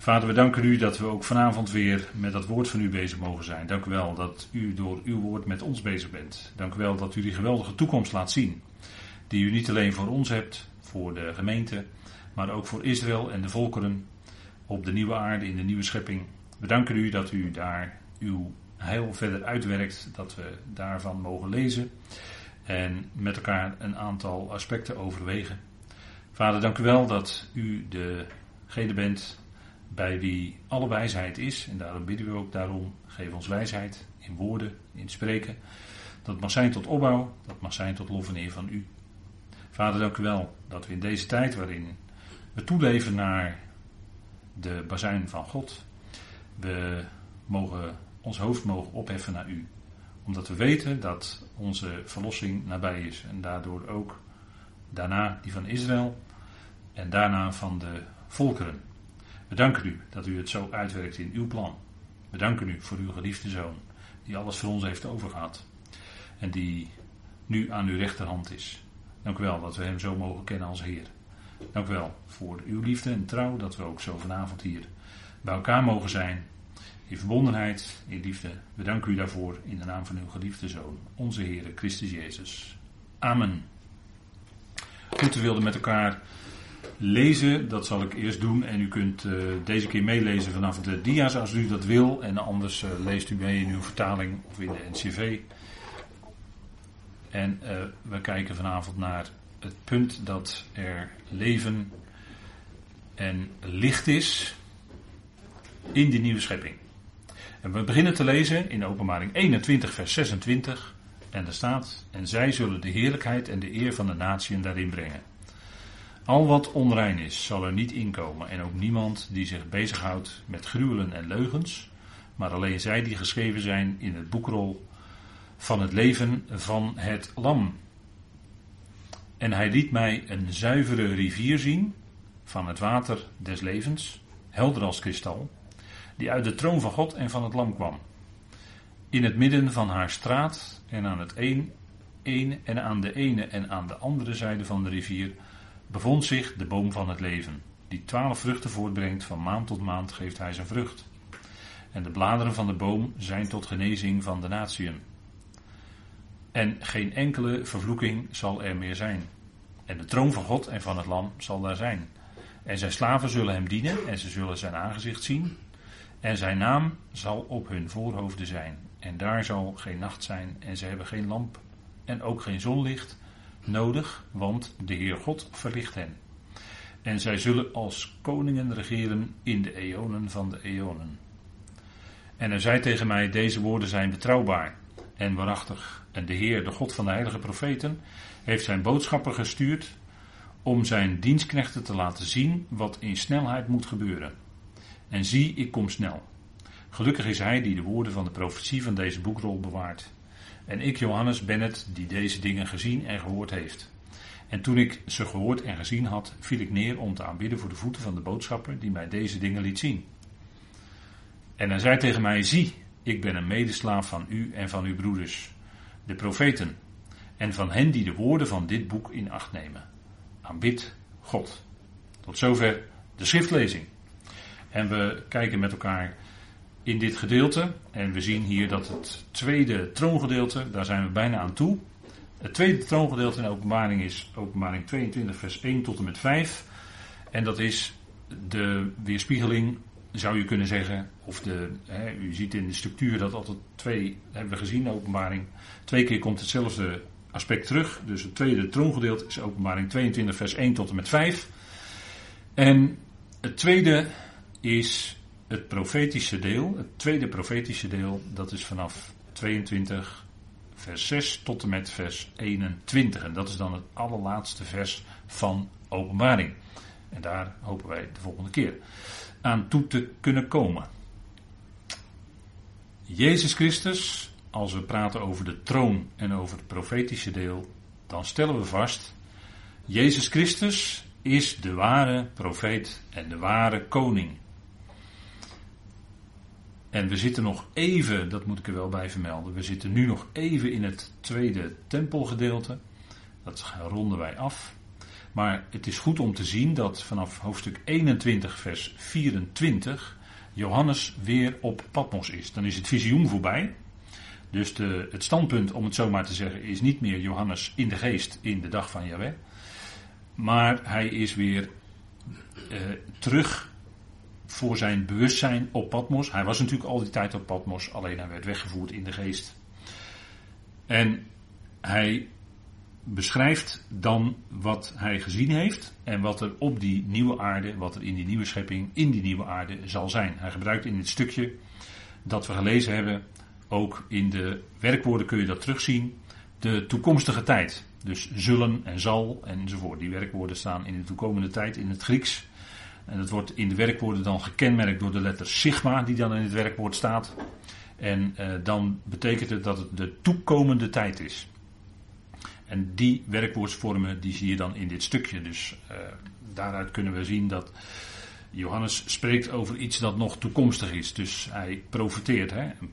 Vader, we danken u dat we ook vanavond weer met dat woord van u bezig mogen zijn. Dank u wel dat u door uw woord met ons bezig bent. Dank u wel dat u die geweldige toekomst laat zien. Die u niet alleen voor ons hebt, voor de gemeente, maar ook voor Israël en de volkeren op de nieuwe aarde, in de nieuwe schepping. We danken u dat u daar uw heil verder uitwerkt, dat we daarvan mogen lezen en met elkaar een aantal aspecten overwegen. Vader, dank u wel dat u degene bent bij wie alle wijsheid is. En daarom bidden we ook daarom, geef ons wijsheid in woorden, in spreken. Dat mag zijn tot opbouw, dat mag zijn tot lof en eer van u. Vader, dank u wel dat we in deze tijd waarin we toeleven naar de bazuin van God, we ons hoofd mogen opheffen naar u. Omdat we weten dat onze verlossing nabij is. En daardoor ook daarna die van Israël en daarna van de volkeren. We danken u dat u het zo uitwerkt in uw plan. We danken u voor uw geliefde Zoon, die alles voor ons heeft overgehad. En die nu aan uw rechterhand is. Dank u wel dat we hem zo mogen kennen als Heer. Dank u wel voor uw liefde en trouw, dat we ook zo vanavond hier bij elkaar mogen zijn. In verbondenheid, in liefde. We danken u daarvoor in de naam van uw geliefde Zoon, onze Heer Christus Jezus. Amen. Goed, we wilden met elkaar lezen, dat zal ik eerst doen. En u kunt deze keer meelezen vanaf de dia's als u dat wil. En anders leest u mee in uw vertaling of in de NCV. En we kijken vanavond naar het punt dat er leven en licht is in die nieuwe schepping. En we beginnen te lezen in Openbaring 21 vers 26. En er staat: en zij zullen de heerlijkheid en de eer van de natieën daarin brengen. Al wat onrein is, zal er niet inkomen, en ook niemand die zich bezighoudt met gruwelen en leugens, maar alleen zij die geschreven zijn in het boekrol van het leven van het Lam. En hij liet mij een zuivere rivier zien van het water des levens, helder als kristal, die uit de troon van God en van het Lam kwam. In het midden van haar straat en aan aan de ene en aan de andere zijde van de rivier bevond zich de boom van het leven, die 12 vruchten voortbrengt, van maand tot maand geeft hij zijn vrucht. En de bladeren van de boom zijn tot genezing van de natieën. En geen enkele vervloeking zal er meer zijn. En de troon van God en van het Lam zal daar zijn. En zijn slaven zullen hem dienen en ze zullen zijn aangezicht zien. En zijn naam zal op hun voorhoofden zijn. En daar zal geen nacht zijn en ze hebben geen lamp en ook geen zonlicht nodig, want de Heer God verlicht hen. En zij zullen als koningen regeren in de eonen van de eonen. En hij zei tegen mij: deze woorden zijn betrouwbaar en waarachtig. En de Heer, de God van de heilige profeten, heeft zijn boodschapper gestuurd om zijn dienstknechten te laten zien wat in snelheid moet gebeuren. En zie, ik kom snel. Gelukkig is hij die de woorden van de profetie van deze boekrol bewaart. En ik, Johannes, ben het die deze dingen gezien en gehoord heeft. En toen ik ze gehoord en gezien had, viel ik neer om te aanbidden voor de voeten van de boodschapper die mij deze dingen liet zien. En hij zei tegen mij: zie, ik ben een medeslaaf van u en van uw broeders, de profeten, en van hen die de woorden van dit boek in acht nemen. Aanbid God. Tot zover de schriftlezing. En we kijken met elkaar in dit gedeelte. En we zien hier dat het tweede troongedeelte, daar zijn we bijna aan toe. Het tweede troongedeelte in Openbaring is Openbaring 22 vers 1 tot en met 5. En dat is de weerspiegeling, zou je kunnen zeggen. Of u ziet in de structuur dat altijd hebben we gezien, Openbaring. 2 keer komt hetzelfde aspect terug. Dus het tweede troongedeelte is Openbaring 22 vers 1 tot en met 5. En het tweede is het profetische deel. Het tweede profetische deel, dat is vanaf 22 vers 6 tot en met vers 21. En dat is dan het allerlaatste vers van Openbaring. En daar hopen wij de volgende keer aan toe te kunnen komen. Jezus Christus, als we praten over de troon en over het profetische deel, dan stellen we vast: Jezus Christus is de ware profeet en de ware koning. En we zitten nog even, dat moet ik er wel bij vermelden, we zitten nu nog even in het tweede tempelgedeelte. Dat ronden wij af. Maar het is goed om te zien dat vanaf hoofdstuk 21 vers 24 Johannes weer op Patmos is. Dan is het visioen voorbij. Dus het standpunt, om het zo maar te zeggen, is niet meer Johannes in de geest in de dag van Jahweh. Maar hij is weer terug voor zijn bewustzijn op Patmos. Hij was natuurlijk al die tijd op Patmos, alleen hij werd weggevoerd in de geest. En hij beschrijft dan wat hij gezien heeft en wat er op die nieuwe aarde, wat er in die nieuwe schepping, in die nieuwe aarde zal zijn. Hij gebruikt in dit stukje dat we gelezen hebben, ook in de werkwoorden kun je dat terugzien, de toekomstige tijd. Dus zullen en zal enzovoort. Die werkwoorden staan in de toekomende tijd in het Grieks. En dat wordt in de werkwoorden dan gekenmerkt door de letter sigma die dan in het werkwoord staat. En dan betekent het dat het de toekomende tijd is. En die werkwoordsvormen die zie je dan in dit stukje. Dus daaruit kunnen we zien dat Johannes spreekt over iets dat nog toekomstig is. Dus hij profeteert. Een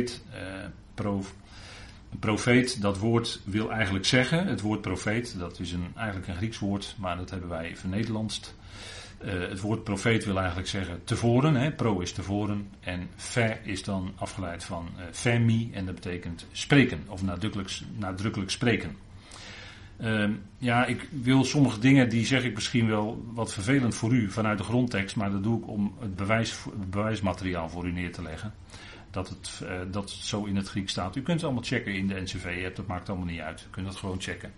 profeet, dat woord wil eigenlijk zeggen. Het woord profeet, dat is eigenlijk een Grieks woord, maar dat hebben wij vernederlandst. Het woord profeet wil eigenlijk zeggen tevoren. Pro is tevoren. En fe is dan afgeleid van femi. En dat betekent spreken. Of nadrukkelijk spreken. Ik wil sommige dingen, die zeg ik misschien wel wat vervelend voor u vanuit de grondtekst. Maar dat doe ik om het bewijsmateriaal voor u neer te leggen. Dat het zo in het Grieks staat. U kunt het allemaal checken in de NCV. Dat maakt allemaal niet uit. U kunt dat gewoon checken.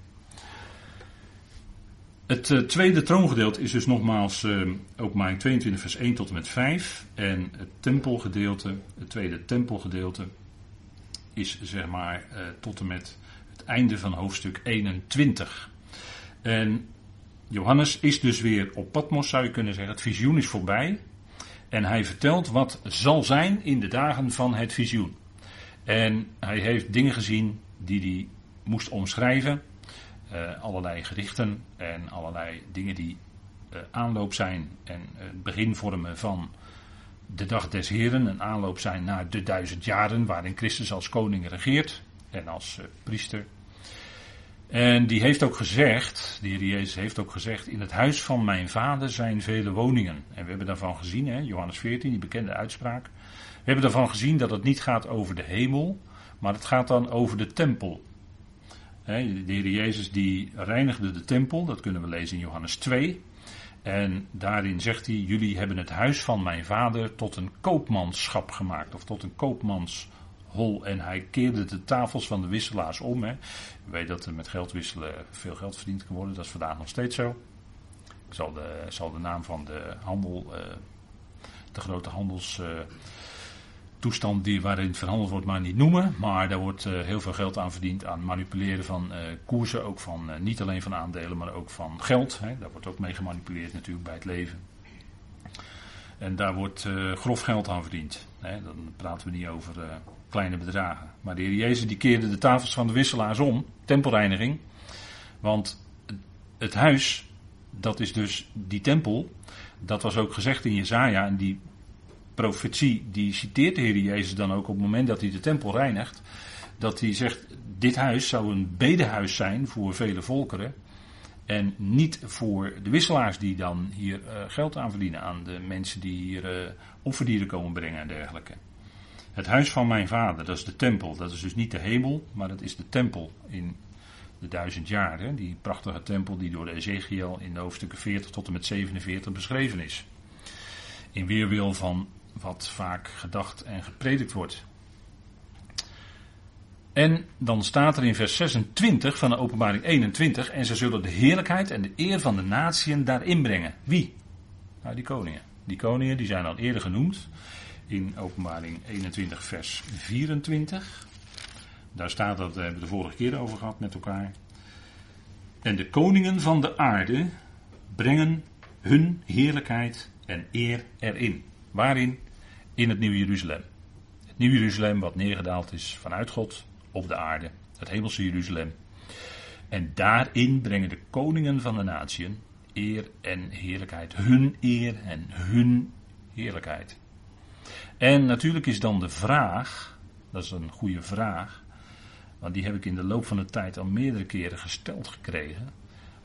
Het tweede troongedeelte is dus nogmaals Openbaring 22 vers 1 tot en met 5. En het tempelgedeelte, het tweede tempelgedeelte, is zeg maar tot en met het einde van hoofdstuk 21. En Johannes is dus weer op Patmos, zou je kunnen zeggen. Het visioen is voorbij. En hij vertelt wat zal zijn in de dagen van het visioen. En hij heeft dingen gezien die hij moest omschrijven. Allerlei gerichten en allerlei dingen die aanloop zijn en het begin vormen van de dag des Heren. Een aanloop zijn naar de 1000 jaren waarin Christus als koning regeert en als priester. En die heeft ook gezegd, de Heer Jezus heeft ook gezegd, in het huis van mijn vader zijn vele woningen. En we hebben daarvan gezien, Johannes 14, die bekende uitspraak. We hebben daarvan gezien dat het niet gaat over de hemel, maar het gaat dan over de tempel. De Heer Jezus die reinigde de tempel, dat kunnen we lezen in Johannes 2. En daarin zegt hij, jullie hebben het huis van mijn vader tot een koopmanschap gemaakt, of tot een koopmanshol. En hij keerde de tafels van de wisselaars om. Je weet dat er met geld wisselen veel geld verdiend kan worden, dat is vandaag nog steeds zo. Ik zal de naam van de handel, de grote toestand waarin het verhandeld wordt maar niet noemen. Maar daar wordt heel veel geld aan verdiend aan manipuleren van koersen. Ook van niet alleen van aandelen, maar ook van geld. Daar wordt ook mee gemanipuleerd natuurlijk bij het leven. En daar wordt grof geld aan verdiend. Dan praten we niet over kleine bedragen. Maar de Heer Jezus die keerde de tafels van de wisselaars om. Tempelreiniging. Want het huis, dat is dus die tempel. Dat was ook gezegd in Jesaja en die profetie, die citeert de Heer Jezus dan ook op het moment dat hij de tempel reinigt. Dat hij zegt, dit huis zou een bedehuis zijn voor vele volkeren. En niet voor de wisselaars die dan hier geld aan verdienen. Aan de mensen die hier offerdieren komen brengen en dergelijke. Het huis van mijn vader, dat is de tempel. Dat is dus niet de hemel, maar dat is de tempel in de 1000 jaar. Die prachtige tempel die door de Ezechiel in de hoofdstukken 40 tot en met 47 beschreven is. In weerwil van wat vaak gedacht en gepredikt wordt. En dan staat er in vers 26 van de Openbaring 21... en ze zullen de heerlijkheid en de eer van de natieën daarin brengen. Wie? Nou, die koningen. Die koningen die zijn al eerder genoemd in Openbaring 21 vers 24. Daar staat dat, daar hebben we de vorige keer over gehad met elkaar. En de koningen van de aarde brengen hun heerlijkheid en eer erin. Waarin? In het Nieuwe Jeruzalem. Het Nieuwe Jeruzalem wat neergedaald is vanuit God op de aarde. Het hemelse Jeruzalem. En daarin brengen de koningen van de natieën eer en heerlijkheid. Hun eer en hun heerlijkheid. En natuurlijk is dan de vraag, dat is een goede vraag, want die heb ik in de loop van de tijd al meerdere keren gesteld gekregen.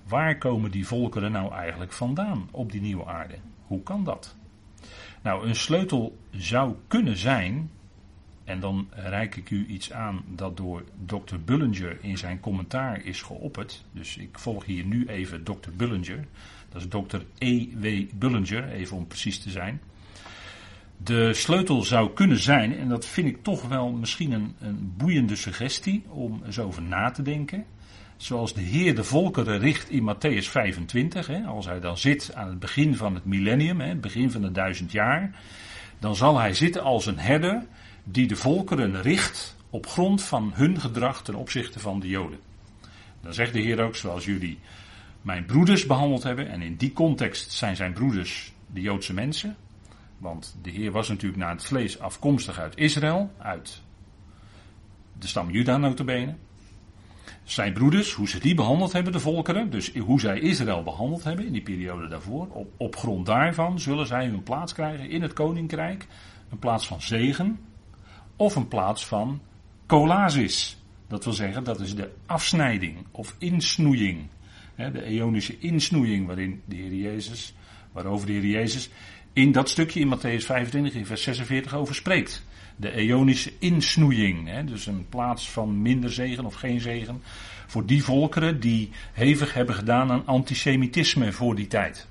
waar komen die volkeren nou eigenlijk vandaan op die nieuwe aarde? Hoe kan dat? Nou, een sleutel zou kunnen zijn, en dan reik ik u iets aan dat door Dr. Bullinger in zijn commentaar is geopperd. Dus ik volg hier nu even Dr. Bullinger. Dat is Dr. E.W. Bullinger, even om precies te zijn. De sleutel zou kunnen zijn, en dat vind ik toch wel misschien een boeiende suggestie om eens over na te denken. Zoals de Heer de volkeren richt in Mattheüs 25, als hij dan zit aan het begin van het millennium, het begin van de 1000 jaar. Dan zal hij zitten als een herder die de volkeren richt op grond van hun gedrag ten opzichte van de Joden. Dan zegt de Heer ook, zoals jullie mijn broeders behandeld hebben, en in die context zijn zijn broeders de Joodse mensen. Want de Heer was natuurlijk naar het vlees afkomstig uit Israël, uit de stam Juda nota bene. Zijn broeders, hoe ze die behandeld hebben, de volkeren, dus hoe zij Israël behandeld hebben in die periode daarvoor, op grond daarvan zullen zij hun plaats krijgen in het koninkrijk, een plaats van zegen, of een plaats van kolasis. Dat wil zeggen, dat is de afsnijding of insnoeiing. De eonische insnoeiing waarover de Heer Jezus in dat stukje in Mattheüs 25 in vers 46 over spreekt. De eonische insnoeiing. Dus een plaats van minder zegen of geen zegen voor die volkeren die hevig hebben gedaan aan antisemitisme voor die tijd.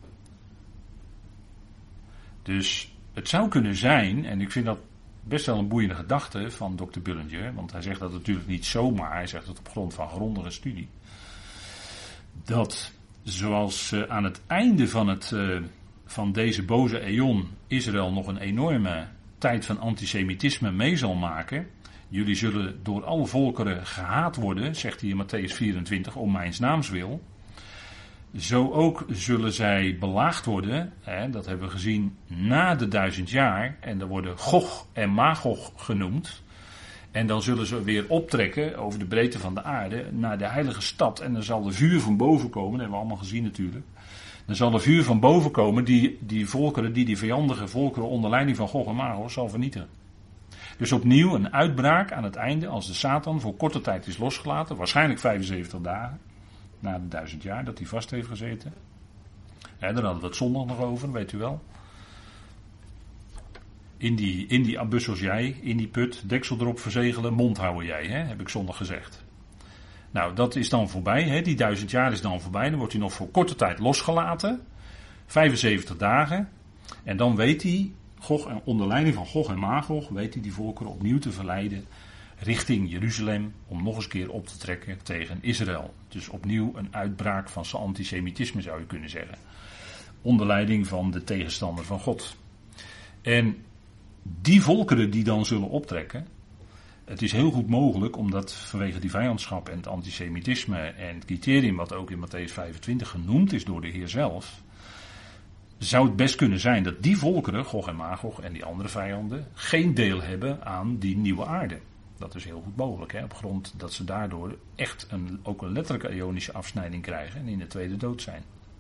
Dus het zou kunnen zijn, en ik vind dat best wel een boeiende gedachte van Dr. Bullinger, want hij zegt dat natuurlijk niet zomaar, hij zegt het op grond van grondige studie. Dat zoals aan het einde van deze boze eon Israël nog een enorme tijd van antisemitisme mee zal maken. Jullie zullen door alle volkeren gehaat worden, zegt hij in Mattheüs 24, om mijns naams wil. Zo ook zullen zij belaagd worden, dat hebben we gezien, na de 1000 jaar. En daar worden Gog en Magog genoemd. En dan zullen ze weer optrekken over de breedte van de aarde naar de heilige stad. En dan zal er vuur van boven komen, dat hebben we allemaal gezien natuurlijk. Dan zal er vuur van boven komen die volkeren, die vijandige volkeren onder leiding van Gog en Magog zal vernietigen. Dus opnieuw een uitbraak aan het einde als de Satan voor korte tijd is losgelaten. Waarschijnlijk 75 dagen na de 1000 jaar dat hij vast heeft gezeten. Daar hadden we het zondag nog over, weet u wel. In die abus als jij, in die put, deksel erop verzegelen, mond houden jij, heb ik zondag gezegd. Nou, dat is dan voorbij, die 1000 jaar is dan voorbij, dan wordt hij nog voor korte tijd losgelaten. 75 dagen. En dan weet hij, onder leiding van Gog en Magog, weet hij die volkeren opnieuw te verleiden richting Jeruzalem, om nog eens keer op te trekken tegen Israël. Dus opnieuw een uitbraak van zijn antisemitisme zou je kunnen zeggen. Onder leiding van de tegenstander van God. En die volkeren die dan zullen optrekken, het is heel goed mogelijk, omdat vanwege die vijandschap en het antisemitisme en het criterium wat ook in Mattheüs 25 genoemd is door de Heer zelf, zou het best kunnen zijn dat die volkeren, Gog en Magog en die andere vijanden, geen deel hebben aan die nieuwe aarde. Dat is heel goed mogelijk, op grond dat ze daardoor echt ook een letterlijke eonische afsnijding krijgen en in de tweede dood zijn.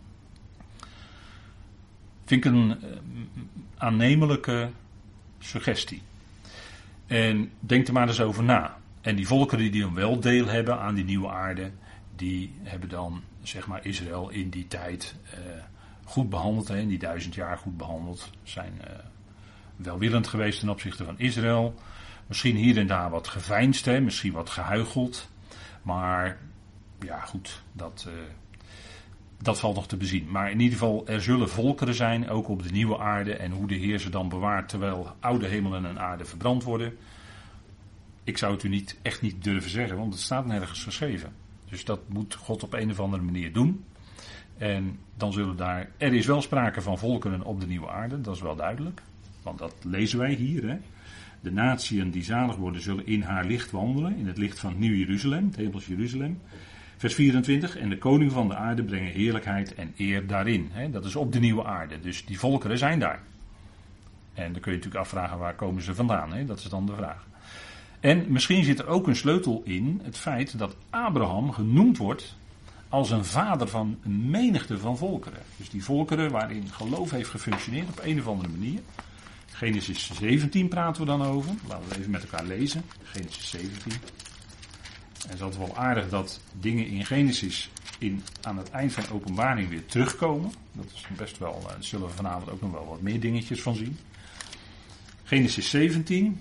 Vind ik een aannemelijke suggestie. En denk er maar eens over na. En die volkeren die dan wel deel hebben aan die nieuwe aarde, die hebben dan, zeg maar, Israël in die tijd goed behandeld, in die 1000 jaar goed behandeld. Zijn welwillend geweest ten opzichte van Israël. Misschien hier en daar wat geveinsd, misschien wat gehuicheld. Maar ja goed, dat valt nog te bezien. Maar in ieder geval, er zullen volkeren zijn, ook op de nieuwe aarde. En hoe de Heer ze dan bewaart terwijl oude hemelen en aarde verbrand worden. Ik zou het u echt niet durven zeggen, want het staat nergens geschreven. Dus dat moet God op een of andere manier doen. En dan zullen er is wel sprake van volkeren op de nieuwe aarde, dat is wel duidelijk. Want dat lezen wij hier, De natieën die zalig worden zullen in haar licht wandelen, in het licht van het Nieuw Jeruzalem, het hemels Jeruzalem. Vers 24, en de koning van de aarde brengen heerlijkheid en eer daarin. Dat is op de nieuwe aarde, dus die volkeren zijn daar. En dan kun je natuurlijk afvragen, waar komen ze vandaan? Dat is dan de vraag. En misschien zit er ook een sleutel in het feit dat Abraham genoemd wordt als een vader van een menigte van volkeren. Dus die volkeren waarin geloof heeft gefunctioneerd op een of andere manier. Genesis 17 praten we dan over. Laten we even met elkaar lezen. Genesis 17. En het is altijd wel aardig dat dingen in Genesis aan het eind van Openbaring weer terugkomen. Dat is best wel, daar zullen we vanavond ook nog wel wat meer dingetjes van zien. Genesis 17.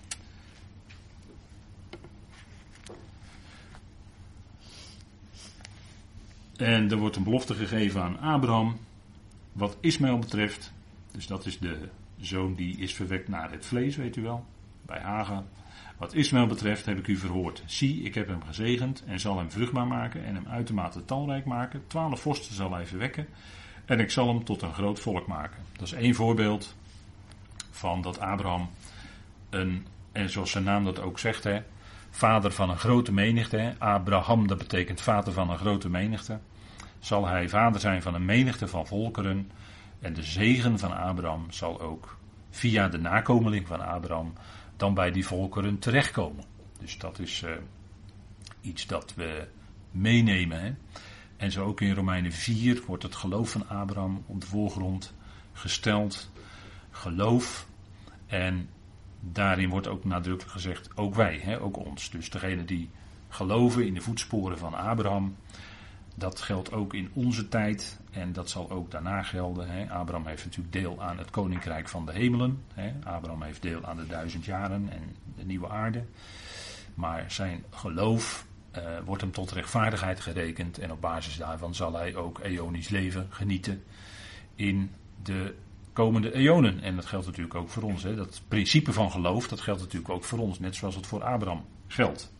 En er wordt een belofte gegeven aan Abraham, wat Ismaël betreft. Dus dat is de zoon die is verwekt naar het vlees, weet u wel, bij Hagar. Wat Ismaël betreft heb ik u verhoord. Zie, ik heb hem gezegend en zal hem vruchtbaar maken en hem uitermate talrijk maken. 12 vorsten zal hij verwekken en ik zal hem tot een groot volk maken. Dat is één voorbeeld van dat Abraham en zoals zijn naam dat ook zegt, vader van een grote menigte. Abraham, dat betekent vader van een grote menigte. Zal hij vader zijn van een menigte van volkeren. En de zegen van Abraham zal ook via de nakomeling van Abraham dan bij die volkeren terechtkomen. Dus dat is iets dat we meenemen. Hè? En zo ook in Romeinen 4 wordt het geloof van Abraham op de voorgrond gesteld. Geloof. En daarin wordt ook nadrukkelijk gezegd, ook wij, hè, ook ons. Dus degene die geloven in de voetsporen van Abraham, dat geldt ook in onze tijd en dat zal ook daarna gelden. Hè. Abraham heeft natuurlijk deel aan het koninkrijk van de hemelen. Hè. Abraham heeft deel aan de 1000 jaren en de nieuwe aarde. Maar zijn geloof wordt hem tot rechtvaardigheid gerekend en op basis daarvan zal hij ook eonisch leven genieten in de komende eonen. En dat geldt natuurlijk ook voor ons. Hè. Dat principe van geloof, dat geldt natuurlijk ook voor ons, net zoals het voor Abraham geldt.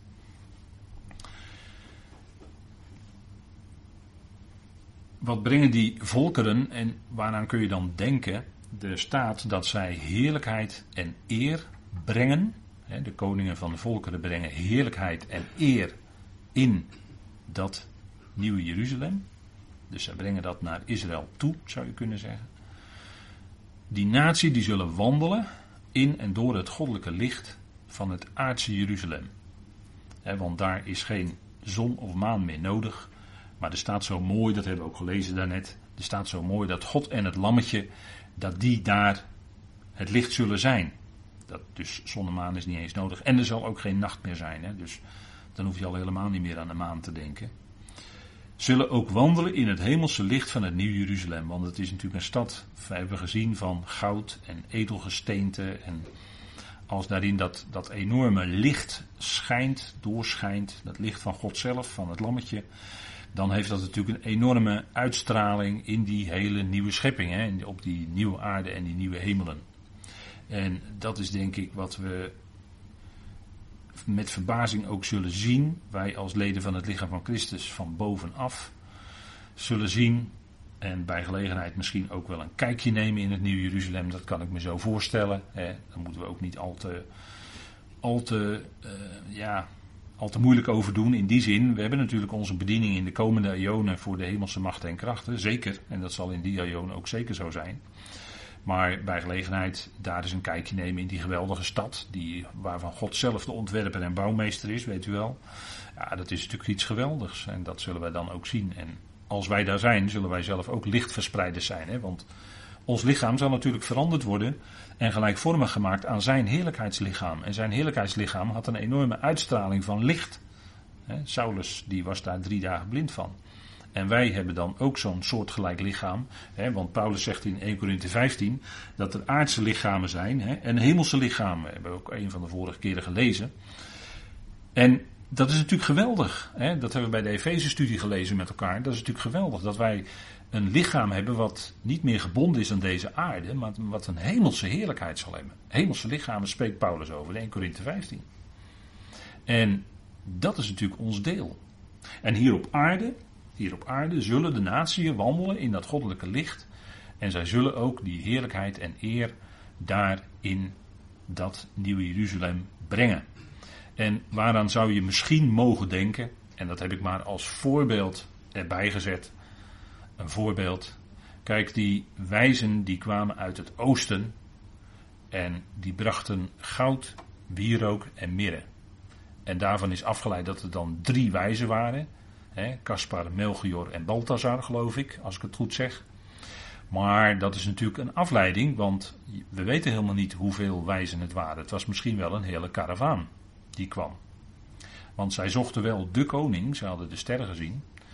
Wat brengen die volkeren en waaraan kun je dan denken? Er staat dat zij heerlijkheid en eer brengen. De koningen van de volkeren brengen heerlijkheid en eer in dat nieuwe Jeruzalem. Dus zij brengen dat naar Israël toe, zou je kunnen zeggen. Die natie die zullen wandelen in en door het goddelijke licht van het aardse Jeruzalem. Want daar is geen zon of maan meer nodig. Maar er staat zo mooi, dat hebben we ook gelezen daarnet. Er staat zo mooi dat God en het lammetje, dat die daar het licht zullen zijn. Dus zon en maan is niet eens nodig. En er zal ook geen nacht meer zijn. Hè? Dus dan hoef je al helemaal niet meer aan de maan te denken. Zullen ook wandelen in het hemelse licht van het Nieuw Jeruzalem. Want het is natuurlijk een stad, we hebben gezien, van goud en edelgesteente. En als daarin dat enorme licht schijnt, doorschijnt, dat licht van God zelf, van het lammetje, dan heeft dat natuurlijk een enorme uitstraling in die hele nieuwe schepping. Hè? Op die nieuwe aarde en die nieuwe hemelen. En dat is denk ik wat we met verbazing ook zullen zien. Wij als leden van het lichaam van Christus van bovenaf zullen zien. En bij gelegenheid misschien ook wel een kijkje nemen in het Nieuwe Jeruzalem. Dat kan ik me zo voorstellen. Daar moeten we ook niet al te moeilijk over doen. In die zin, we hebben natuurlijk onze bediening in de komende eonen voor de hemelse machten en krachten. Zeker. En dat zal in die eonen ook zeker zo zijn. Maar bij gelegenheid daar eens een kijkje nemen in die geweldige stad. Waarvan God zelf de ontwerper en bouwmeester is, weet u wel. Ja, dat is natuurlijk iets geweldigs. En dat zullen wij dan ook zien. En als wij daar zijn, zullen wij zelf ook lichtverspreiders zijn. Hè? Want ons lichaam zal natuurlijk veranderd worden en gelijkvormig gemaakt aan zijn heerlijkheidslichaam. En zijn heerlijkheidslichaam had een enorme uitstraling van licht. Saulus die was daar 3 dagen blind van. En wij hebben dan ook zo'n soortgelijk lichaam. Want Paulus zegt in 1 Korinthe 15 dat er aardse lichamen zijn en hemelse lichamen. Dat hebben we ook een van de vorige keren gelezen. En dat is natuurlijk geweldig. Dat hebben we bij de Efeze-studie gelezen met elkaar. Dat is natuurlijk geweldig dat wij een lichaam hebben wat niet meer gebonden is aan deze aarde, maar wat een hemelse heerlijkheid zal hebben. Hemelse lichamen spreekt Paulus over in 1 Korinthe 15. En dat is natuurlijk ons deel. En hier op aarde zullen de natieën wandelen in dat goddelijke licht. En zij zullen ook die heerlijkheid en eer daar in dat nieuwe Jeruzalem brengen. En waaraan zou je misschien mogen denken, en dat heb ik maar als voorbeeld erbij gezet. Een voorbeeld. Kijk, die wijzen die kwamen uit het oosten en die brachten goud, wierook en mirre. En daarvan is afgeleid dat er dan 3 wijzen waren. Caspar, Melchior en Balthazar, geloof ik, als ik het goed zeg. Maar dat is natuurlijk een afleiding, want we weten helemaal niet hoeveel wijzen het waren. Het was misschien wel een hele karavaan die kwam. Want zij zochten wel de koning, ze hadden de sterren gezien.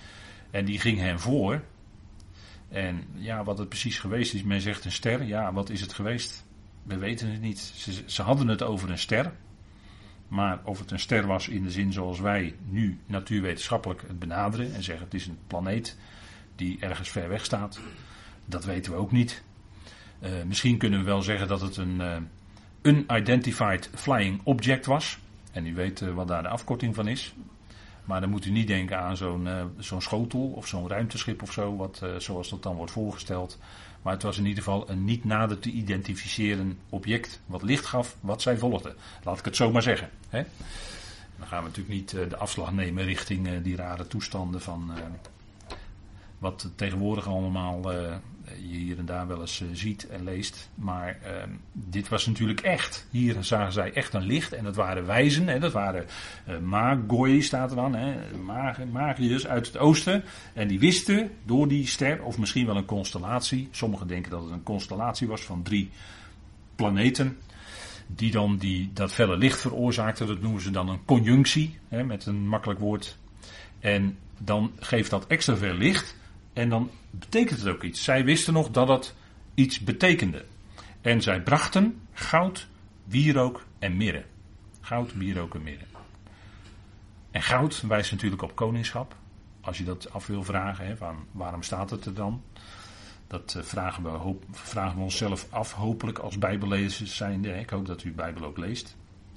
En die ging hen voor. En ja, wat het precies geweest is, men zegt een ster. Ja, wat is het geweest? We weten het niet. Ze hadden het over een ster. Maar of het een ster was in de zin zoals wij nu natuurwetenschappelijk het benaderen en zeggen het is een planeet die ergens ver weg staat, dat weten we ook niet. Misschien kunnen we wel zeggen dat het een unidentified flying object was. En u weet wat daar de afkorting van is. Maar dan moet u niet denken aan zo'n schotel of zo'n ruimteschip of zo, zoals dat dan wordt voorgesteld. Maar het was in ieder geval een niet nader te identificeren object wat licht gaf wat zij volgden. Laat ik het zo maar zeggen. Hè? Dan gaan we natuurlijk niet de afslag nemen richting die rare toestanden van wat tegenwoordig allemaal je hier en daar wel eens ziet en leest. Maar dit was natuurlijk echt. Hier zagen zij echt een licht en dat waren wijzen. Hè, dat waren magoi staat er dan. Magiërs uit het oosten. En die wisten door die ster of misschien wel een constellatie. Sommigen denken dat het een constellatie was van 3 planeten. Die dan dat felle licht veroorzaakten. Dat noemen ze dan een conjunctie. Hè, met een makkelijk woord. En dan geeft dat extra veel licht. En dan betekent het ook iets. Zij wisten nog dat het iets betekende. En zij brachten goud, wierook en mirre. Goud, wierook en mirre. En goud wijst natuurlijk op koningschap. Als je dat af wil vragen, hè, waarom staat het er dan? Dat vragen we onszelf af, hopelijk als bijbellezers zijnde. Ik hoop dat u de Bijbel ook leest.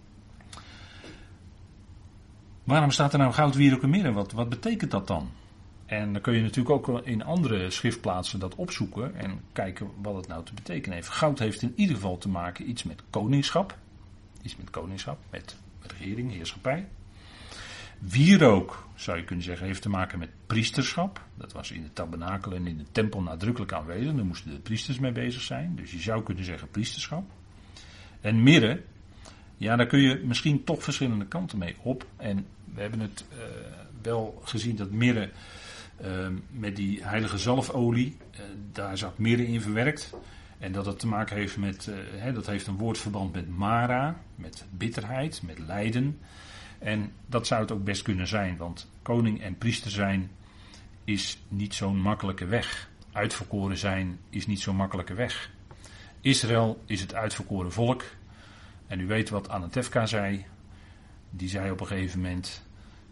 Waarom staat er nou goud, wierook en mirre? Wat betekent dat dan? En dan kun je natuurlijk ook in andere schriftplaatsen dat opzoeken en kijken wat het nou te betekenen heeft. Goud heeft in ieder geval te maken iets met koningschap. Iets met koningschap, met regering, heerschappij. Wierook, zou je kunnen zeggen, heeft te maken met priesterschap. Dat was in de tabernakel en in de tempel nadrukkelijk aanwezig. Daar moesten de priesters mee bezig zijn. Dus je zou kunnen zeggen priesterschap. En mirre, ja, daar kun je misschien toch verschillende kanten mee op. En we hebben het wel gezien dat mirre met die heilige zalfolie, daar zat mirre in verwerkt. En dat het te maken heeft met, dat heeft een woordverband met Mara, met bitterheid, met lijden. En dat zou het ook best kunnen zijn, want koning en priester zijn is niet zo'n makkelijke weg. Uitverkoren zijn is niet zo'n makkelijke weg. Israël is het uitverkoren volk. En u weet wat Anatefka zei. Die zei op een gegeven moment,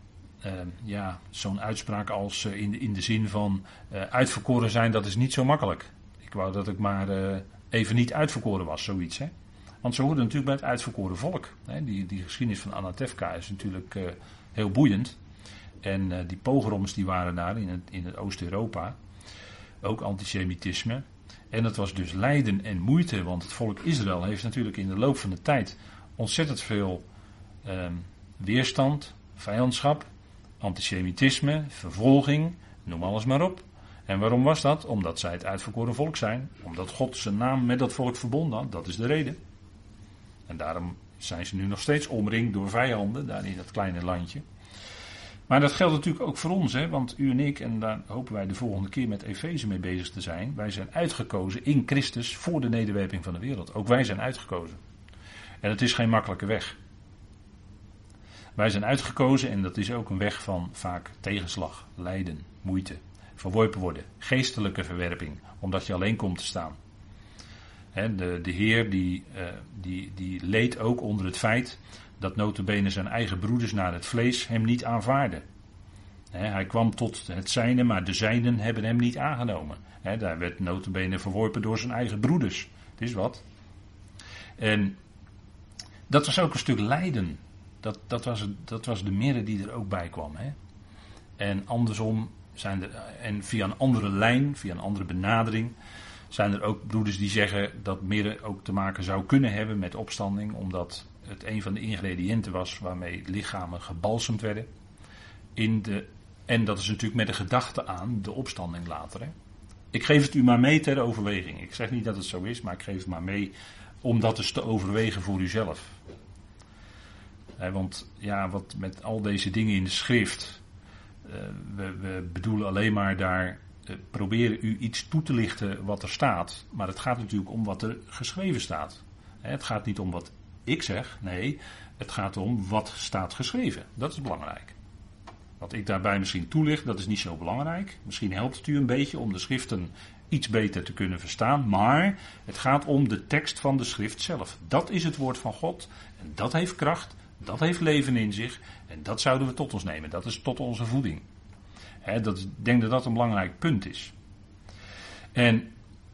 zo'n uitspraak als in de zin van uitverkoren zijn, dat is niet zo makkelijk. Ik wou dat ik maar even niet uitverkoren was, zoiets. Hè? Want ze hoorden natuurlijk bij het uitverkoren volk. Hè? Die geschiedenis van Anatefka is natuurlijk heel boeiend. En die pogroms die waren daar in het Oost-Europa. Ook antisemitisme. En dat was dus lijden en moeite. Want het volk Israël heeft natuurlijk in de loop van de tijd ontzettend veel weerstand, vijandschap, antisemitisme, vervolging, noem alles maar op. En waarom was dat? Omdat zij het uitverkoren volk zijn. Omdat God zijn naam met dat volk verbonden had. Dat is de reden. En daarom zijn ze nu nog steeds omringd door vijanden, daar in dat kleine landje. Maar dat geldt natuurlijk ook voor ons, hè? Want u en ik, en daar hopen wij de volgende keer met Efeze mee bezig te zijn. Wij zijn uitgekozen in Christus voor de nederwerping van de wereld. Ook wij zijn uitgekozen. En het is geen makkelijke weg. Wij zijn uitgekozen en dat is ook een weg van vaak tegenslag, lijden, moeite, verworpen worden, geestelijke verwerping, omdat je alleen komt te staan. De Heer die leed ook onder het feit dat nota bene zijn eigen broeders naar het vlees hem niet aanvaarden. Hij kwam tot het zijne, maar de zijnen hebben hem niet aangenomen. Daar werd nota bene verworpen door zijn eigen broeders. Het is wat. En dat was ook een stuk lijden. Dat was de mirre die er ook bij kwam. Hè? En andersom zijn er, en via een andere lijn, via een andere benadering, zijn er ook broeders die zeggen dat mirre ook te maken zou kunnen hebben met opstanding, omdat het een van de ingrediënten was waarmee lichamen gebalsemd werden. En dat is natuurlijk met de gedachte aan de opstanding later. Hè? Ik geef het u maar mee ter overweging. Ik zeg niet dat het zo is, maar ik geef het maar mee om dat eens te overwegen voor uzelf. Want ja, wat met al deze dingen in de schrift, we bedoelen alleen maar daar, proberen u iets toe te lichten wat er staat. Maar het gaat natuurlijk om wat er geschreven staat. Het gaat niet om wat ik zeg, nee, het gaat om wat staat geschreven. Dat is belangrijk. Wat ik daarbij misschien toelicht, dat is niet zo belangrijk. Misschien helpt het u een beetje om de schriften iets beter te kunnen verstaan. Maar het gaat om de tekst van de schrift zelf. Dat is het woord van God. En dat heeft kracht. Dat heeft leven in zich. En dat zouden we tot ons nemen. Dat is tot onze voeding. Ik denk dat dat een belangrijk punt is. En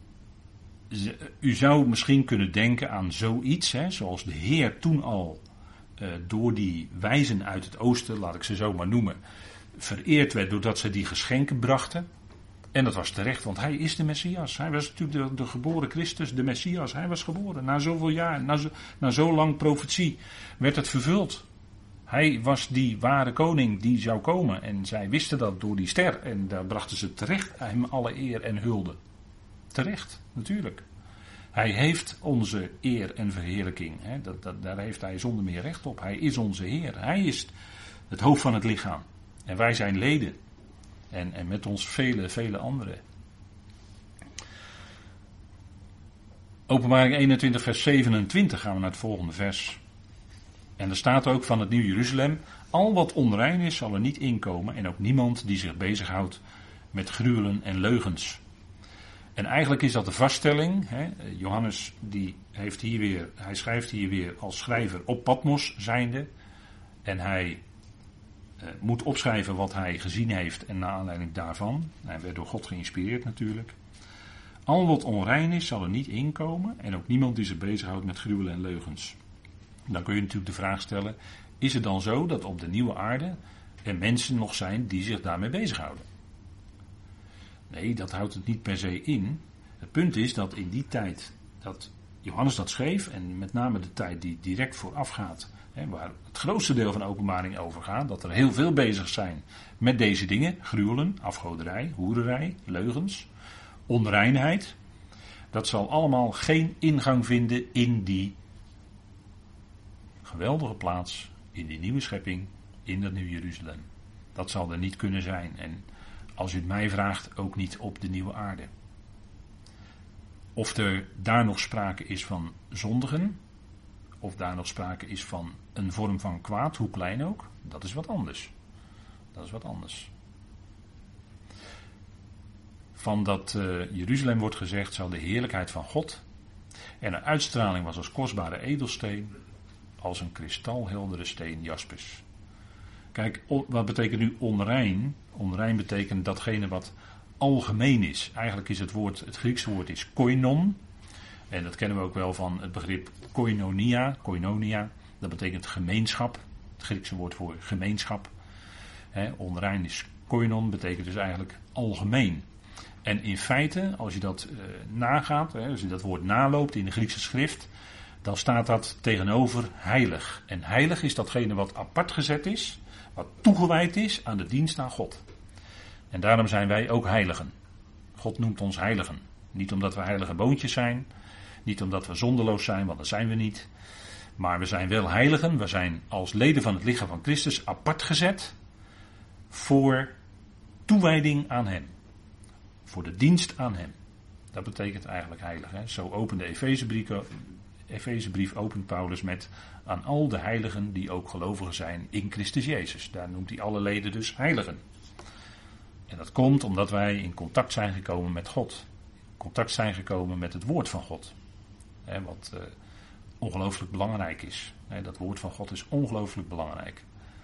u zou misschien kunnen denken aan zoiets. Zoals de Heer toen al door die wijzen uit het oosten, laat ik ze zo maar noemen, vereerd werd doordat ze die geschenken brachten. En dat was terecht, want hij is de Messias. Hij was natuurlijk de geboren Christus, de Messias. Hij was geboren. Na zoveel jaar, na zo lang profetie werd het vervuld. Hij was die ware koning die zou komen. En zij wisten dat door die ster. En daar brachten ze terecht hem alle eer en hulde. Terecht, natuurlijk. Hij heeft onze eer en verheerlijking. Daar heeft hij zonder meer recht op. Hij is onze Heer. Hij is het hoofd van het lichaam. En wij zijn leden. En met ons vele anderen. Openbaring 21 vers 27 gaan we naar het volgende vers. En er staat ook van het Nieuw Jeruzalem: al wat onrein is zal er niet inkomen en ook niemand die zich bezighoudt met gruwelen en leugens. En eigenlijk is dat de vaststelling. Johannes hij schrijft hier weer als schrijver op Patmos zijnde. En hij moet opschrijven wat hij gezien heeft en naar aanleiding daarvan. Hij werd door God geïnspireerd natuurlijk. Al wat onrein is zal er niet inkomen en ook niemand die zich bezighoudt met gruwelen en leugens. Dan kun je natuurlijk de vraag stellen: is het dan zo dat op de nieuwe aarde er mensen nog zijn die zich daarmee bezighouden? Nee, dat houdt het niet per se in. Het punt is dat in die tijd dat Johannes dat schreef, en met name de tijd die direct voorafgaat, waar het grootste deel van de Openbaring over gaat, dat er heel veel bezig zijn met deze dingen: gruwelen, afgoderij, hoererij, leugens, onreinheid. Dat zal allemaal geen ingang vinden in die geweldige plaats, in die nieuwe schepping, in dat Nieuw Jeruzalem. Dat zal er niet kunnen zijn. En als u het mij vraagt, ook niet op de nieuwe aarde. Of er daar nog sprake is van zondigen, of daar nog sprake is van een vorm van kwaad, hoe klein ook, dat is wat anders. Dat is wat anders. Van dat Jeruzalem wordt gezegd, zal de heerlijkheid van God en een uitstraling was als kostbare edelsteen, als een kristalheldere steen jaspis. Kijk, wat betekent nu onrein? Onrein betekent datgene wat algemeen is. Eigenlijk is het Griekse woord is koinon. En dat kennen we ook wel van het begrip koinonia. Dat betekent gemeenschap. Het Griekse woord voor gemeenschap. Onrein is koinon, betekent dus eigenlijk algemeen. En in feite, als je dat nagaat, als je dat woord naloopt in de Griekse schrift, dan staat dat tegenover heilig. En heilig is datgene wat apart gezet is, wat toegewijd is aan de dienst aan God. En daarom zijn wij ook heiligen. God noemt ons heiligen. Niet omdat we heilige boontjes zijn, niet omdat we zonderloos zijn, want dat zijn we niet. Maar we zijn wel heiligen, we zijn als leden van het lichaam van Christus apart gezet voor toewijding aan Hem. Voor de dienst aan Hem. Dat betekent eigenlijk heilig. Zo opent de Efezebrief opent Paulus met aan al de heiligen die ook gelovigen zijn in Christus Jezus. Daar noemt hij alle leden dus heiligen. En dat komt omdat wij in contact zijn gekomen met God. In contact zijn gekomen met het woord van God. Wat ongelooflijk belangrijk is. Dat woord van God is ongelooflijk belangrijk.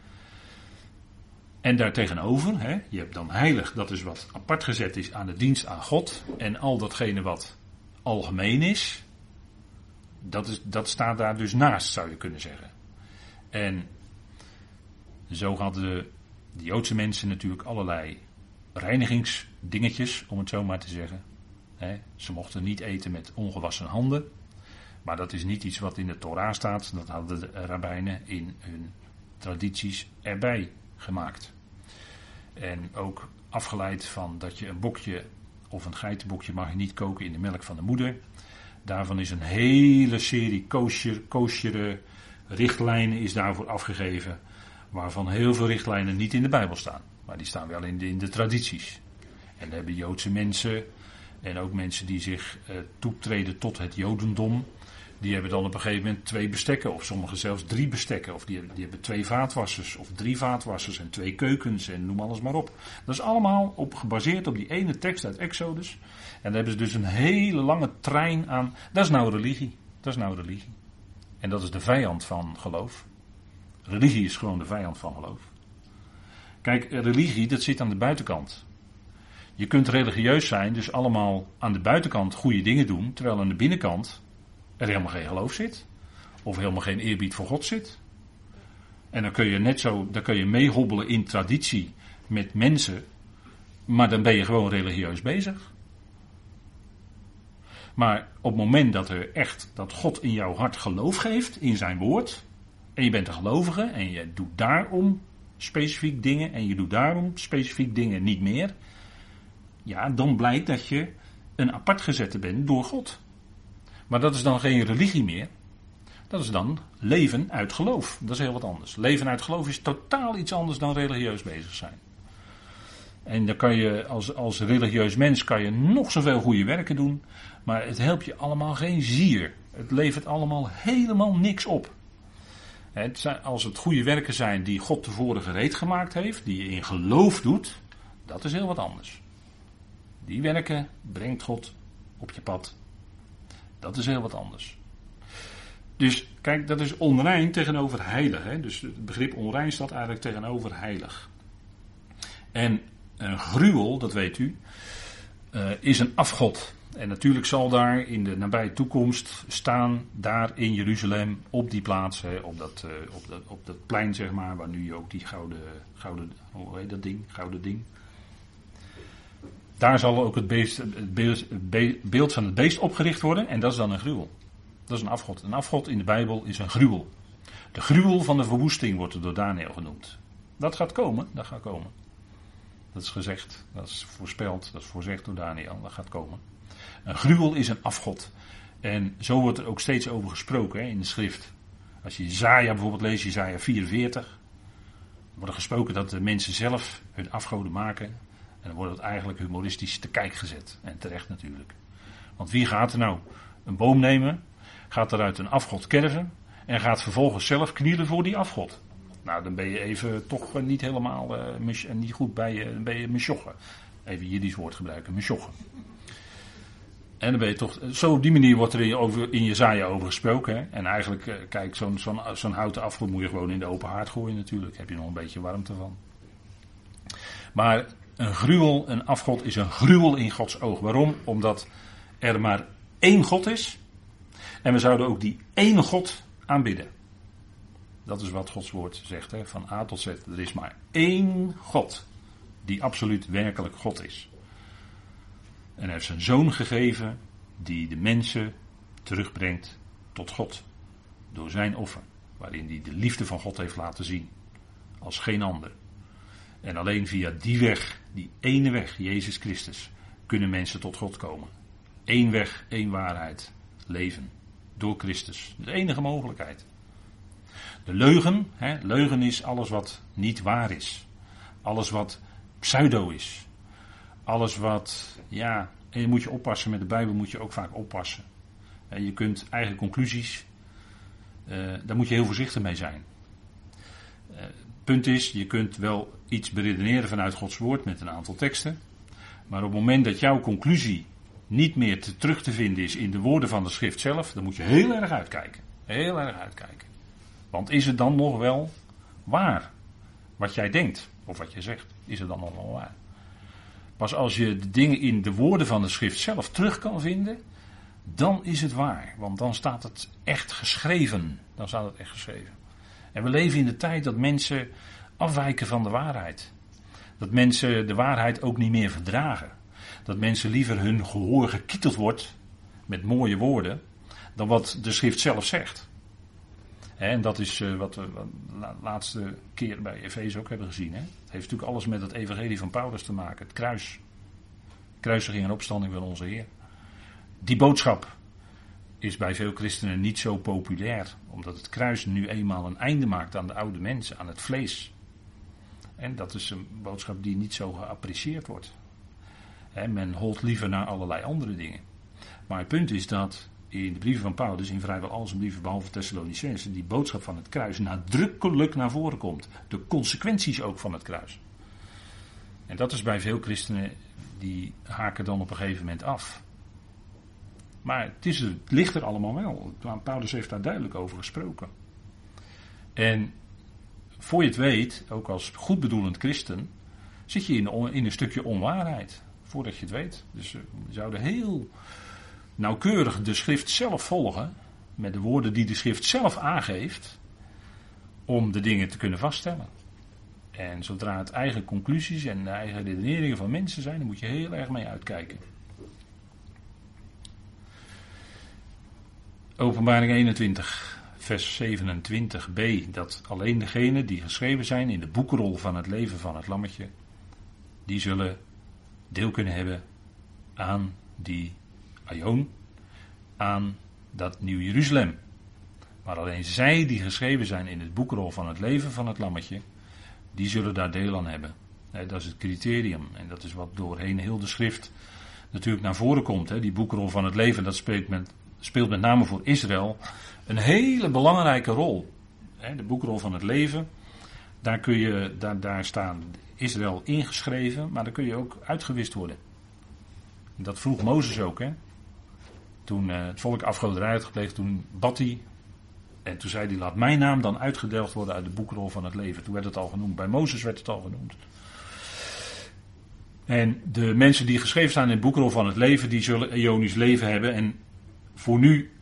En daartegenover, je hebt dan heilig, dat is wat apart gezet is aan de dienst aan God. En al datgene wat algemeen is, dat staat daar dus naast, zou je kunnen zeggen. En zo hadden de Joodse mensen natuurlijk allerlei reinigingsdingetjes, om het zo maar te zeggen. Ze mochten niet eten met ongewassen handen. Maar dat is niet iets wat in de Torah staat. Dat hadden de rabbijnen in hun tradities erbij gemaakt. En ook afgeleid van dat je een bokje of een geitenbokje mag je niet koken in de melk van de moeder. Daarvan is een hele serie koosjere richtlijnen is daarvoor afgegeven. Waarvan heel veel richtlijnen niet in de Bijbel staan. Maar die staan wel in de tradities. En dan hebben Joodse mensen en ook mensen die zich toetreden tot het Jodendom. Die hebben dan op een gegeven moment 2 bestekken, of sommigen zelfs 3 bestekken. Of die hebben 2 vaatwassers, of 3 vaatwassers en 2 keukens en noem alles maar op. Dat is allemaal gebaseerd op die ene tekst uit Exodus. En daar hebben ze dus een hele lange trein aan. Dat is nou religie. Dat is nou religie. En dat is de vijand van geloof. Religie is gewoon de vijand van geloof. Kijk, religie, dat zit aan de buitenkant. Je kunt religieus zijn, dus allemaal aan de buitenkant goede dingen doen, terwijl aan de binnenkant er helemaal geen geloof zit. Of helemaal geen eerbied voor God zit. En dan kun je meehobbelen in traditie met mensen, maar dan ben je gewoon religieus bezig. Maar op het moment dat God in jouw hart geloof geeft, in zijn woord, en je bent een gelovige en je doet daarom specifiek dingen en je doet daarom specifiek dingen niet meer, ja, dan blijkt dat je een apart gezette bent door God. Maar dat is dan geen religie meer. Dat is dan leven uit geloof. Dat is heel wat anders. Leven uit geloof is totaal iets anders dan religieus bezig zijn. En dan kan je als religieus mens kan je nog zoveel goede werken doen, maar het helpt je allemaal geen zier. Het levert allemaal helemaal niks op. Als het goede werken zijn die God tevoren gereed gemaakt heeft, die je in geloof doet, dat is heel wat anders. Die werken brengt God op je pad. Dat is heel wat anders. Dus kijk, dat is onrein tegenover heilig. Hè? Dus het begrip onrein staat eigenlijk tegenover heilig. En een gruwel, dat weet u, is een afgod. En natuurlijk zal daar in de nabije toekomst staan, daar in Jeruzalem, op die plaats, hè, op dat plein zeg maar, waar nu ook die gouden, hoe heet dat ding, gouden ding. Daar zal ook het beeld van het beest opgericht worden en dat is dan een gruwel. Dat is een afgod. Een afgod in de Bijbel is een gruwel. De gruwel van de verwoesting wordt er door Daniel genoemd. Dat gaat komen, dat gaat komen. Dat is gezegd, dat is voorspeld, dat is voorzegd door Daniel, dat gaat komen. Een gruwel is een afgod. En zo wordt er ook steeds over gesproken hè, in de schrift. Als je Jesaja bijvoorbeeld leest, Jesaja 44, wordt er gesproken dat de mensen zelf hun afgoden maken. En dan wordt het eigenlijk humoristisch te kijk gezet. En terecht natuurlijk. Want wie gaat er nou een boom nemen, gaat eruit een afgod kerven en gaat vervolgens zelf knielen voor die afgod. Nou, dan ben je even toch niet helemaal niet goed bij dan ben je mesjoggen. Even Jiddisch woord gebruiken, mesjoggen. En dan ben je toch, zo op die manier wordt er in Jesaja over gesproken. Hè? En eigenlijk, kijk, zo'n houten afgod moet je gewoon in de open haard gooien natuurlijk. Heb je nog een beetje warmte van. Maar een gruwel, een afgod is een gruwel in Gods oog. Waarom? Omdat er maar één God is. En we zouden ook die ene God aanbidden. Dat is wat Gods woord zegt, hè? Van A tot Z. Er is maar één God die absoluut werkelijk God is. En hij heeft zijn zoon gegeven die de mensen terugbrengt tot God. Door zijn offer. Waarin hij de liefde van God heeft laten zien. Als geen ander. En alleen via die weg, die ene weg, Jezus Christus, kunnen mensen tot God komen. Eén weg, één waarheid. Leven. Door Christus. De enige mogelijkheid. De leugen, leugen is alles wat niet waar is. Alles wat pseudo is. Alles wat, ja, en je moet je oppassen, met de Bijbel moet je ook vaak oppassen. Je kunt eigen conclusies, daar moet je heel voorzichtig mee zijn. Punt is, je kunt wel iets beredeneren vanuit Gods woord met een aantal teksten. Maar op het moment dat jouw conclusie niet meer terug te vinden is in de woorden van de schrift zelf, dan moet je heel erg uitkijken. Heel erg uitkijken. Want is het dan nog wel waar? Wat jij denkt, of wat jij zegt, is het dan nog wel waar? Pas als je de dingen in de woorden van de schrift zelf terug kan vinden, dan is het waar. Want dan staat het echt geschreven. Dan staat het echt geschreven. En we leven in de tijd dat mensen afwijken van de waarheid. Dat mensen de waarheid ook niet meer verdragen. Dat mensen liever hun gehoor gekieteld wordt met mooie woorden dan wat de schrift zelf zegt. En dat is wat we de laatste keer bij Efeze ook hebben gezien. Het heeft natuurlijk alles met het evangelie van Paulus te maken. Het kruis. Kruisiging en opstanding van onze Heer. Die boodschap is bij veel christenen niet zo populair. Omdat het kruis nu eenmaal een einde maakt aan de oude mens, aan het vlees. En dat is een boodschap die niet zo geapprecieerd wordt. Men holt liever naar allerlei andere dingen. Maar het punt is dat in de brieven van Paulus, in vrijwel al zijn brieven behalve Thessalonicenzen, die boodschap van het kruis nadrukkelijk naar voren komt. De consequenties ook van het kruis. En dat is bij veel christenen, die haken dan op een gegeven moment af. Maar het ligt er allemaal wel. Paulus heeft daar duidelijk over gesproken. En voor je het weet, ook als goedbedoelend christen, zit je in een stukje onwaarheid. Voordat je het weet. Dus we zouden heel nauwkeurig de schrift zelf volgen. Met de woorden die de schrift zelf aangeeft. Om de dingen te kunnen vaststellen. En zodra het eigen conclusies en de eigen redeneringen van mensen zijn, dan moet je heel erg mee uitkijken. Openbaring 21, vers 27b, dat alleen degenen die geschreven zijn in de boekrol van het leven van het lammetje, die zullen deel kunnen hebben aan die aion, aan dat Nieuw Jeruzalem. Maar alleen zij die geschreven zijn in het boekrol van het leven van het lammetje, die zullen daar deel aan hebben. Dat is het criterium. En dat is wat doorheen heel de schrift natuurlijk naar voren komt. Die boekrol van het leven, dat speelt met name voor Israël een hele belangrijke rol. De boekrol van het leven, daar staan Israël ingeschreven, maar daar kun je ook uitgewist worden. Dat vroeg Mozes ook. Toen het volk afgoderij had gepleegd, toen bad hij. En toen zei hij, laat mijn naam dan uitgedelgd worden uit de boekrol van het leven. Toen werd het al genoemd. Bij Mozes werd het al genoemd. En de mensen die geschreven staan in het boekrol van het leven, die zullen eonisch leven hebben. En voor nu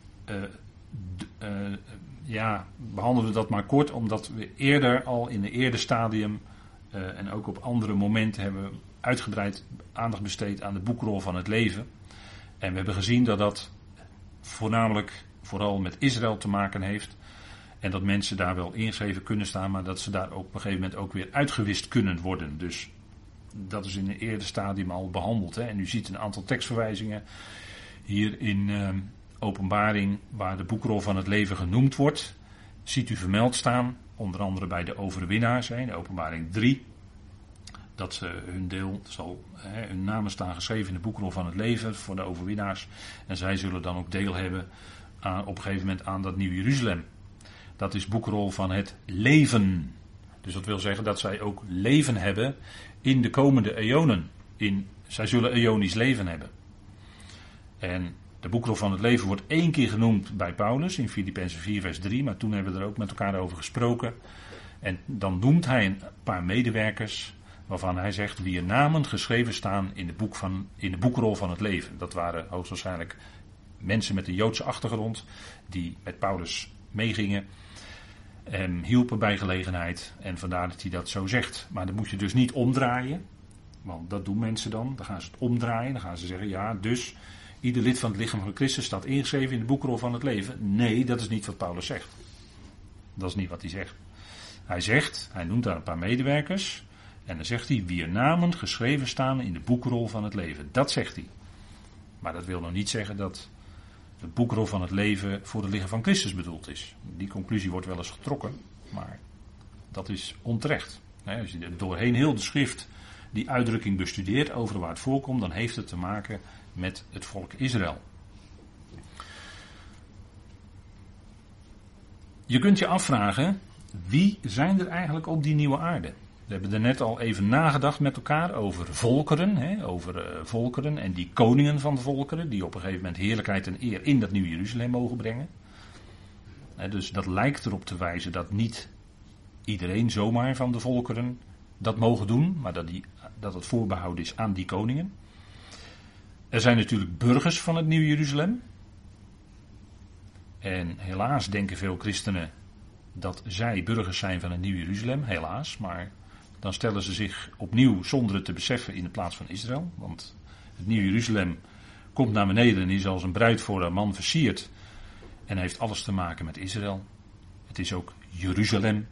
behandelen we dat maar kort, omdat we eerder al in een eerder stadium en ook op andere momenten hebben uitgebreid aandacht besteed aan de boekrol van het leven. En we hebben gezien dat dat vooral met Israël te maken heeft. En dat mensen daar wel ingeschreven kunnen staan, maar dat ze daar ook op een gegeven moment ook weer uitgewist kunnen worden. Dus dat is in een eerder stadium al behandeld. En u ziet een aantal tekstverwijzingen hier in Openbaring, waar de boekrol van het leven genoemd wordt. Ziet u vermeld staan, onder andere bij de overwinnaars, in Openbaring 3. Dat hun namen staan geschreven in de boekrol van het leven voor de overwinnaars. En zij zullen dan ook deel hebben op een gegeven moment aan dat Nieuw Jeruzalem. Dat is boekrol van het leven. Dus dat wil zeggen dat zij ook leven hebben in de komende eonen. Zij zullen eonisch leven hebben. En de boekrol van het leven wordt 1 keer genoemd bij Paulus in Filippenzen 4 vers 3. Maar toen hebben we er ook met elkaar over gesproken. En dan noemt hij een paar medewerkers waarvan hij zegt wie namen geschreven staan in de boekrol van het leven. Dat waren hoogstwaarschijnlijk mensen met een Joodse achtergrond die met Paulus meegingen en hielpen bij gelegenheid. En vandaar dat hij dat zo zegt. Maar dan moet je dus niet omdraaien, want dat doen mensen dan. Dan gaan ze het omdraaien, dan gaan ze zeggen ja, dus ieder lid van het lichaam van Christus staat ingeschreven in de boekrol van het leven. Nee, dat is niet wat Paulus zegt. Dat is niet wat hij zegt. Hij noemt daar een paar medewerkers. En dan zegt hij, wier namen geschreven staan in de boekrol van het leven. Dat zegt hij. Maar dat wil nog niet zeggen dat de boekrol van het leven voor het lichaam van Christus bedoeld is. Die conclusie wordt wel eens getrokken, maar dat is onterecht. Als je doorheen heel de schrift die uitdrukking bestudeert over waar het voorkomt, dan heeft het te maken met het volk Israël. Je kunt je afvragen, wie zijn er eigenlijk op die nieuwe aarde? We hebben er net al even nagedacht met elkaar over volkeren en die koningen van de volkeren, die op een gegeven moment heerlijkheid en eer in dat Nieuw Jeruzalem mogen brengen. Dus dat lijkt erop te wijzen dat niet iedereen zomaar van de volkeren dat mogen doen, maar dat het voorbehouden is aan die koningen. Er zijn natuurlijk burgers van het Nieuw Jeruzalem. En helaas denken veel christenen dat zij burgers zijn van het Nieuw Jeruzalem, helaas, maar dan stellen ze zich opnieuw zonder het te beseffen in de plaats van Israël. Want het Nieuw Jeruzalem komt naar beneden en is als een bruid voor een man versierd. En heeft alles te maken met Israël. Het is ook Jeruzalem.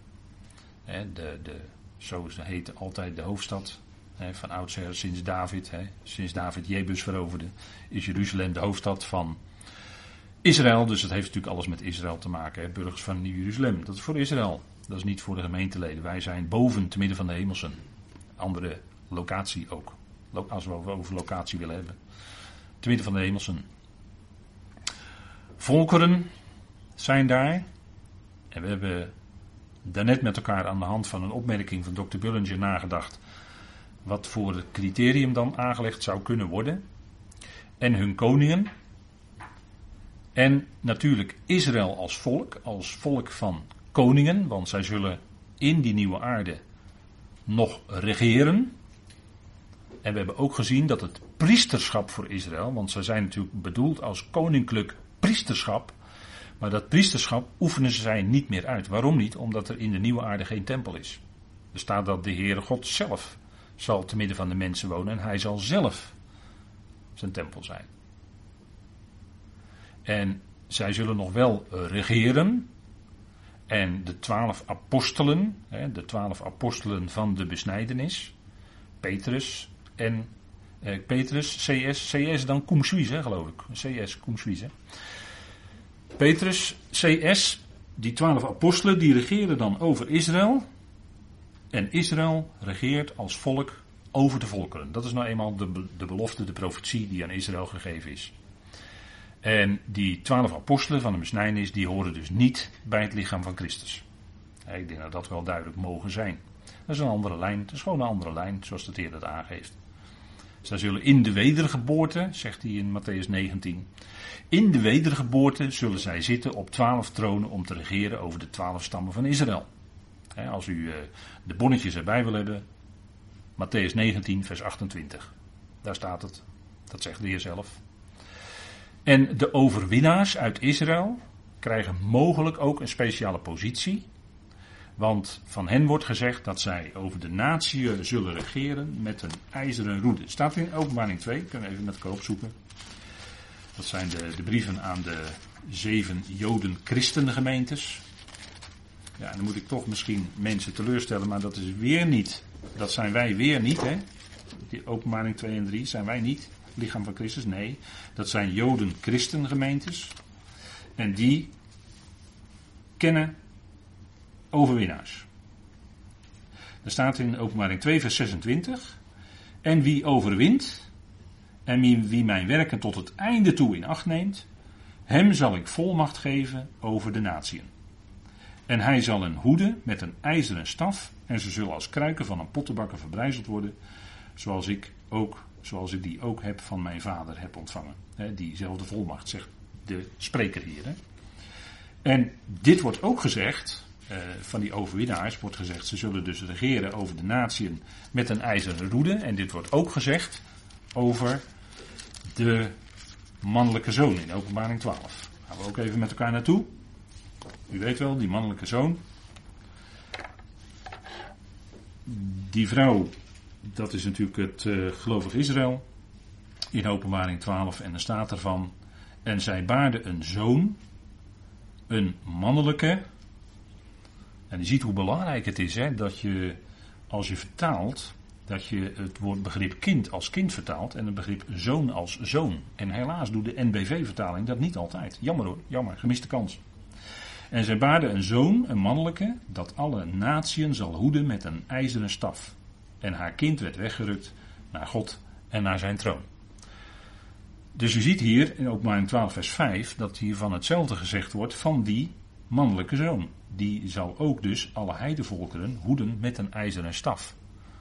Zo heet altijd de hoofdstad. Van oudsher sinds David Jebus veroverde, is Jeruzalem de hoofdstad van Israël. Dus het heeft natuurlijk alles met Israël te maken. Burgers van Nieuw Jeruzalem. Dat is voor Israël. Dat is niet voor de gemeenteleden. Wij zijn boven te midden van de hemelsen. Andere locatie ook. Als we over locatie willen hebben. Te midden van de hemelsen. volkeren zijn daar. En we hebben daarnet met elkaar aan de hand van een opmerking van Dr. Bullinger nagedacht wat voor het criterium dan aangelegd zou kunnen worden. En hun koningen. En natuurlijk Israël als volk van koningen, want zij zullen in die nieuwe aarde nog regeren. En we hebben ook gezien dat het priesterschap voor Israël, want zij zijn natuurlijk bedoeld als koninklijk priesterschap, maar dat priesterschap oefenen zij niet meer uit. Waarom niet? Omdat er in de nieuwe aarde geen tempel is. Er staat dat de Heere God zelf zal te midden van de mensen wonen en hij zal zelf zijn tempel zijn. En zij zullen nog wel regeren. En de 12 apostelen, de 12 apostelen van de besnijdenis, Petrus, CS dan cum suis, geloof ik. CS cum suis. Petrus, CS, die 12 apostelen, die regeren dan over Israël. En Israël regeert als volk over de volkeren. Dat is nou eenmaal de belofte, de profetie die aan Israël gegeven is. En die 12 apostelen van de besnijdenis, die horen dus niet bij het lichaam van Christus. Ik denk dat dat wel duidelijk mogen zijn. Dat is een andere lijn, het is gewoon een andere lijn, zoals de Heer dat aangeeft. Zij zullen in de wedergeboorte, zegt hij in Mattheüs 19, in de wedergeboorte zullen zij zitten op 12 tronen om te regeren over de 12 stammen van Israël. Als u de bonnetjes erbij wil hebben, Mattheüs 19 vers 28. Daar staat het, dat zegt de Heer zelf. En de overwinnaars uit Israël krijgen mogelijk ook een speciale positie. Want van hen wordt gezegd dat zij over de natie zullen regeren met een ijzeren roede. Staat in Openbaring 2, kunnen we even met elkaar opzoeken. Dat zijn de brieven aan de 7 Joden-christengemeentes. Ja, en dan moet ik toch misschien mensen teleurstellen, maar dat is weer niet. Dat zijn wij weer niet, hè. Die Openbaring 2 en 3 zijn wij niet. Lichaam van Christus, nee. Dat zijn Joden-christengemeentes. En die kennen overwinnaars. Er staat in Openbaring 2 vers 26. En wie overwint, en wie mijn werken tot het einde toe in acht neemt, hem zal ik volmacht geven over de natieën. En hij zal hen hoeden met een ijzeren staf, en ze zullen als kruiken van een pottenbakker verbrijzeld worden, zoals ik die ook heb van mijn vader heb ontvangen. Diezelfde volmacht, zegt de spreker hier. En dit wordt ook gezegd, van die overwinnaars wordt gezegd, ze zullen dus regeren over de natieën met een ijzeren roede. En dit wordt ook gezegd over de mannelijke zoon in Openbaring 12. Gaan we ook even met elkaar naartoe. U weet wel, die mannelijke zoon. Die vrouw, dat is natuurlijk het gelovig Israël. In Openbaring 12 en er staat ervan. En zij baarde een zoon, een mannelijke. En je ziet hoe belangrijk het is, dat je, als je vertaalt, dat je het begrip kind als kind vertaalt en het begrip zoon als zoon. En helaas doet de NBV-vertaling dat niet altijd. Jammer hoor, jammer, gemiste kans. En zij baarde een zoon, een mannelijke, dat alle natieën zal hoeden met een ijzeren staf. En haar kind werd weggerukt naar God en naar zijn troon. Dus u ziet hier in Openbaring 12 vers 5 dat hier van hetzelfde gezegd wordt van die mannelijke zoon. Die zal ook dus alle heidevolkeren hoeden met een ijzeren staf.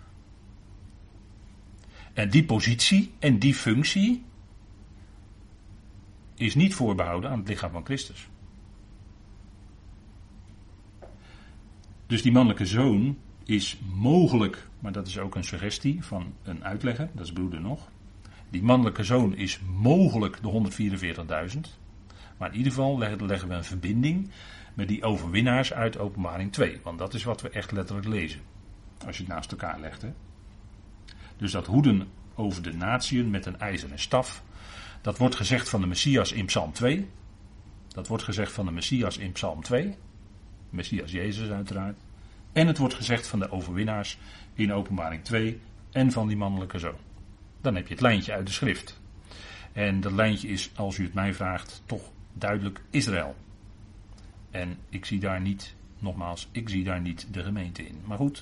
En die positie en die functie is niet voorbehouden aan het lichaam van Christus. Dus die mannelijke zoon is mogelijk, maar dat is ook een suggestie van een uitlegger, dat is broeder nog. Die mannelijke zoon is mogelijk de 144.000. Maar in ieder geval leggen we een verbinding met die overwinnaars uit Openbaring 2. Want dat is wat we echt letterlijk lezen. Als je het naast elkaar legt. Dus dat hoeden over de natieën met een ijzeren staf. Dat wordt gezegd van de Messias in Psalm 2. Dat wordt gezegd van de Messias in Psalm 2. Messias Jezus uiteraard. En het wordt gezegd van de overwinnaars in Openbaring 2 en van die mannelijke zoon. Dan heb je het lijntje uit de schrift. En dat lijntje is, als u het mij vraagt, toch duidelijk Israël. En ik zie daar niet, nogmaals, ik zie daar niet de gemeente in. Maar goed.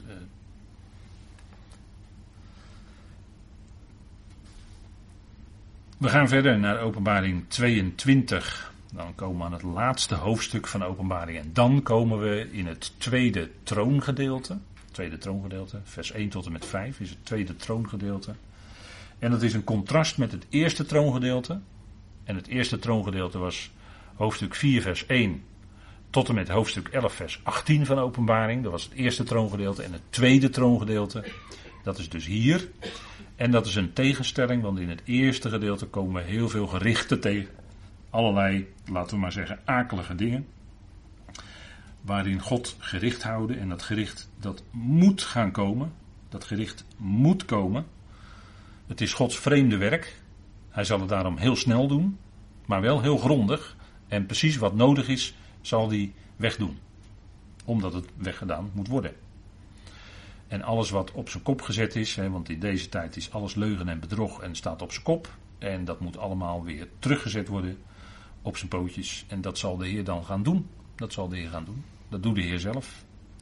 We gaan verder naar Openbaring 22. Dan komen we aan het laatste hoofdstuk van de Openbaring. En dan komen we in het tweede troongedeelte. Vers 1 tot en met 5 is het tweede troongedeelte. En dat is een contrast met het eerste troongedeelte. En het eerste troongedeelte was hoofdstuk 4 vers 1 tot en met hoofdstuk 11 vers 18 van de Openbaring. Dat was het eerste troongedeelte. En het tweede troongedeelte, dat is dus hier. En dat is een tegenstelling, want in het eerste gedeelte komen we heel veel gerichten tegen. Allerlei, laten we maar zeggen, akelige dingen. Waarin God gericht houden. En dat gericht, dat moet gaan komen. Dat gericht moet komen. Het is Gods vreemde werk. Hij zal het daarom heel snel doen. Maar wel heel grondig. En precies wat nodig is, zal hij wegdoen. Omdat het weggedaan moet worden. En alles wat op zijn kop gezet is, want in deze tijd is alles leugen en bedrog en staat op zijn kop. En dat moet allemaal weer teruggezet worden op zijn pootjes. En dat zal de Heer dan gaan doen. Dat zal de Heer gaan doen. Dat doet de Heer zelf.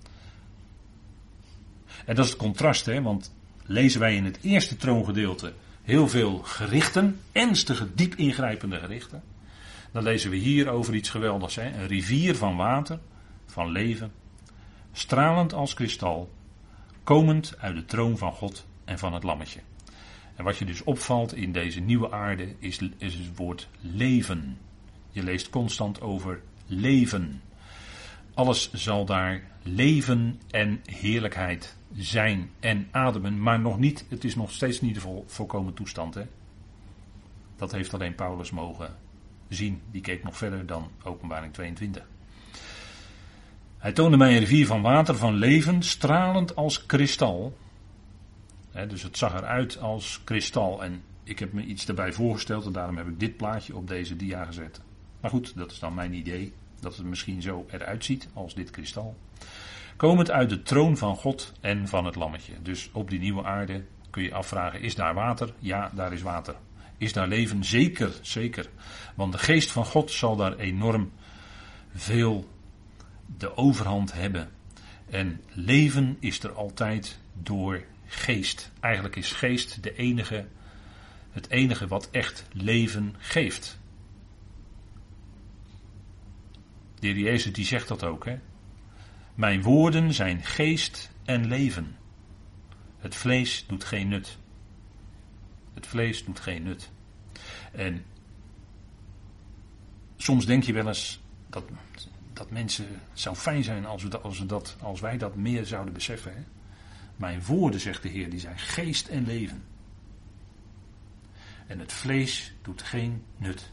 En dat is het contrast, want lezen wij in het eerste troongedeelte heel veel gerichten, ernstige, diep ingrijpende gerichten. Dan lezen we hier over iets geweldigs, een rivier van water, van leven, stralend als kristal, komend uit de troon van God en van het Lammetje. En wat je dus opvalt in deze nieuwe aarde is het woord leven. Je leest constant over leven. Alles zal daar leven en heerlijkheid zijn en ademen, maar nog niet, het is nog steeds niet de volkomen toestand. Dat heeft alleen Paulus mogen zien. Die keek nog verder dan Openbaring 22. Hij toonde mij een rivier van water van leven, stralend als kristal. Dus het zag eruit als kristal. En ik heb me iets erbij voorgesteld en daarom heb ik dit plaatje op deze dia gezet. Maar goed, dat is dan mijn idee. Dat het misschien zo eruit ziet als dit kristal. Komend uit de troon van God en van het Lammetje. Dus op die nieuwe aarde kun je afvragen, is daar water? Ja, daar is water. Is daar leven? Zeker, zeker. Want de geest van God zal daar enorm veel de overhand hebben. En leven is er altijd door geest. Eigenlijk is geest het enige wat echt leven geeft. De Heer Jezus die zegt dat ook. Mijn woorden zijn geest en leven. Het vlees doet geen nut. Het vlees doet geen nut. En soms denk je wel eens dat mensen, het zou fijn zijn als wij dat meer zouden beseffen. Mijn woorden, zegt de Heer, die zijn geest en leven. En het vlees doet geen nut.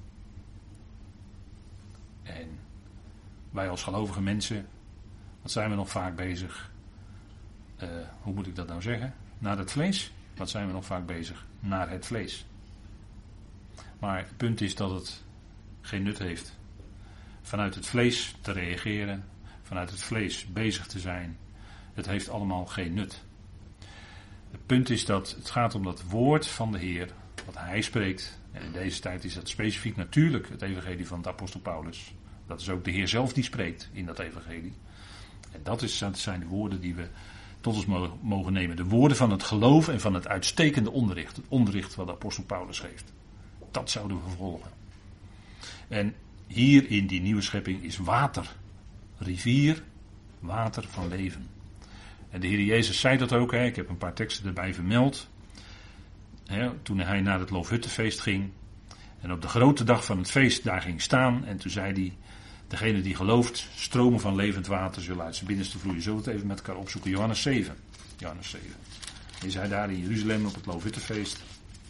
En wij als gelovige mensen, wat zijn we nog vaak bezig? Hoe moet ik dat nou zeggen? Naar het vlees? Wat zijn we nog vaak bezig? Naar het vlees. Maar het punt is dat het geen nut heeft. Vanuit het vlees te reageren, vanuit het vlees bezig te zijn, het heeft allemaal geen nut. Het punt is dat het gaat om dat woord van de Heer, wat Hij spreekt. En in deze tijd is dat specifiek natuurlijk het evangelie van de apostel Paulus. Dat is ook de Heer zelf die spreekt in dat evangelie. En dat zijn de woorden die we tot ons mogen nemen. De woorden van het geloof en van het uitstekende onderricht. Het onderricht wat de apostel Paulus geeft. Dat zouden we vervolgen. En hier in die nieuwe schepping is water. Rivier, water van leven. En de Heer Jezus zei dat ook. Ik heb een paar teksten erbij vermeld. Toen hij naar het Loofhuttenfeest ging. En op de grote dag van het feest daar ging staan. En toen zei hij, degene die gelooft, stromen van levend water zullen uit zijn binnenste vloeien. Zullen we het even met elkaar opzoeken. Johannes 7. Johannes 7. Is hij daar in Jeruzalem op het Loofhuttenfeest.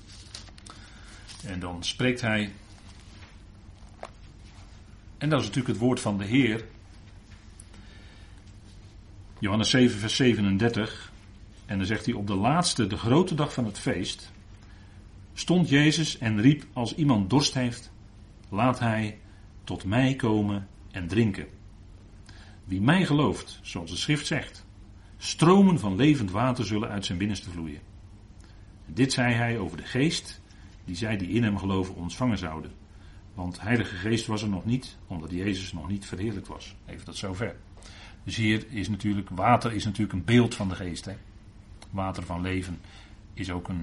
En dan spreekt hij. En dat is natuurlijk het woord van de Heer. Johannes 7 vers 37. En dan zegt hij, op de laatste, de grote dag van het feest, stond Jezus en riep, als iemand dorst heeft, laat hij tot mij komen en drinken. Wie mij gelooft, zoals de schrift zegt, stromen van levend water zullen uit zijn binnenste vloeien. En dit zei hij over de geest, die zij die in hem geloven ontvangen zouden. Want Heilige Geest was er nog niet, omdat Jezus nog niet verheerlijkt was. Even tot zover. Dus hier is natuurlijk, water is natuurlijk een beeld van de geest. Water van leven is ook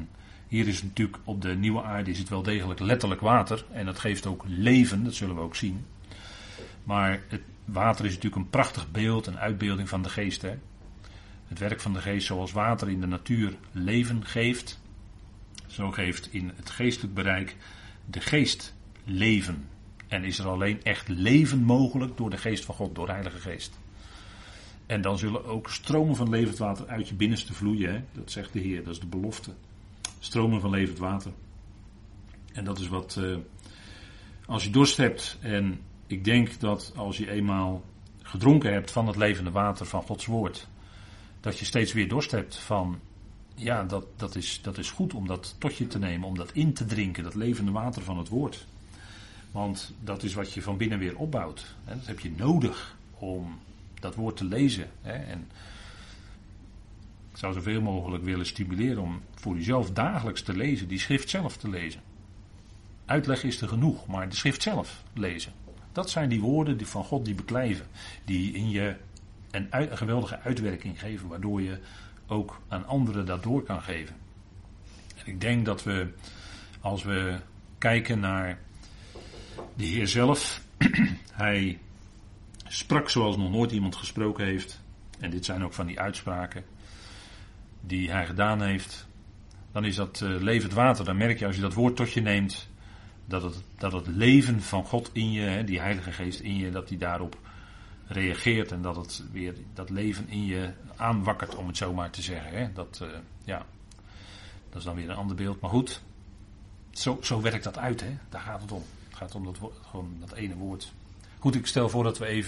Hier is het natuurlijk op de nieuwe aarde is het wel degelijk letterlijk water. En dat geeft ook leven, dat zullen we ook zien. Maar het water is natuurlijk een prachtig beeld, een uitbeelding van de geest. Hè? Het werk van de geest zoals water in de natuur leven geeft. Zo geeft in het geestelijk bereik de geest leven. En is er alleen echt leven mogelijk door de geest van God, door de Heilige Geest. En dan zullen ook stromen van levend water uit je binnenste vloeien. Hè? Dat zegt de Heer, dat is de belofte. Stromen van levend water. En dat is wat, als je dorst hebt, en ik denk dat als je eenmaal gedronken hebt van het levende water van Gods woord, dat je steeds weer dorst hebt van, ja, dat is goed om dat tot je te nemen, om dat in te drinken, dat levende water van het woord. Want dat is wat je van binnen weer opbouwt. Hè? Dat heb je nodig om dat woord te lezen. Hè? En ik zou zoveel mogelijk willen stimuleren om voor jezelf dagelijks te lezen, die schrift zelf te lezen. Uitleg is er genoeg, maar de schrift zelf lezen. Dat zijn die woorden die van God die beklijven. Die in je een geweldige uitwerking geven, waardoor je ook aan anderen dat door kan geven. En ik denk dat we, als we kijken naar de Heer zelf, hij sprak zoals nog nooit iemand gesproken heeft. En dit zijn ook van die uitspraken die hij gedaan heeft. Dan is dat levend water. Dan merk je als je dat woord tot je neemt, dat het leven van God in je, hè, die Heilige Geest in je, dat die daarop reageert. En dat het weer dat leven in je aanwakkert, om het zo maar te zeggen. Hè. Dat is dan weer een ander beeld. Maar goed, zo werkt dat uit. Hè. Daar gaat het om. Het gaat om gewoon dat ene woord. Goed, ik stel voor dat we even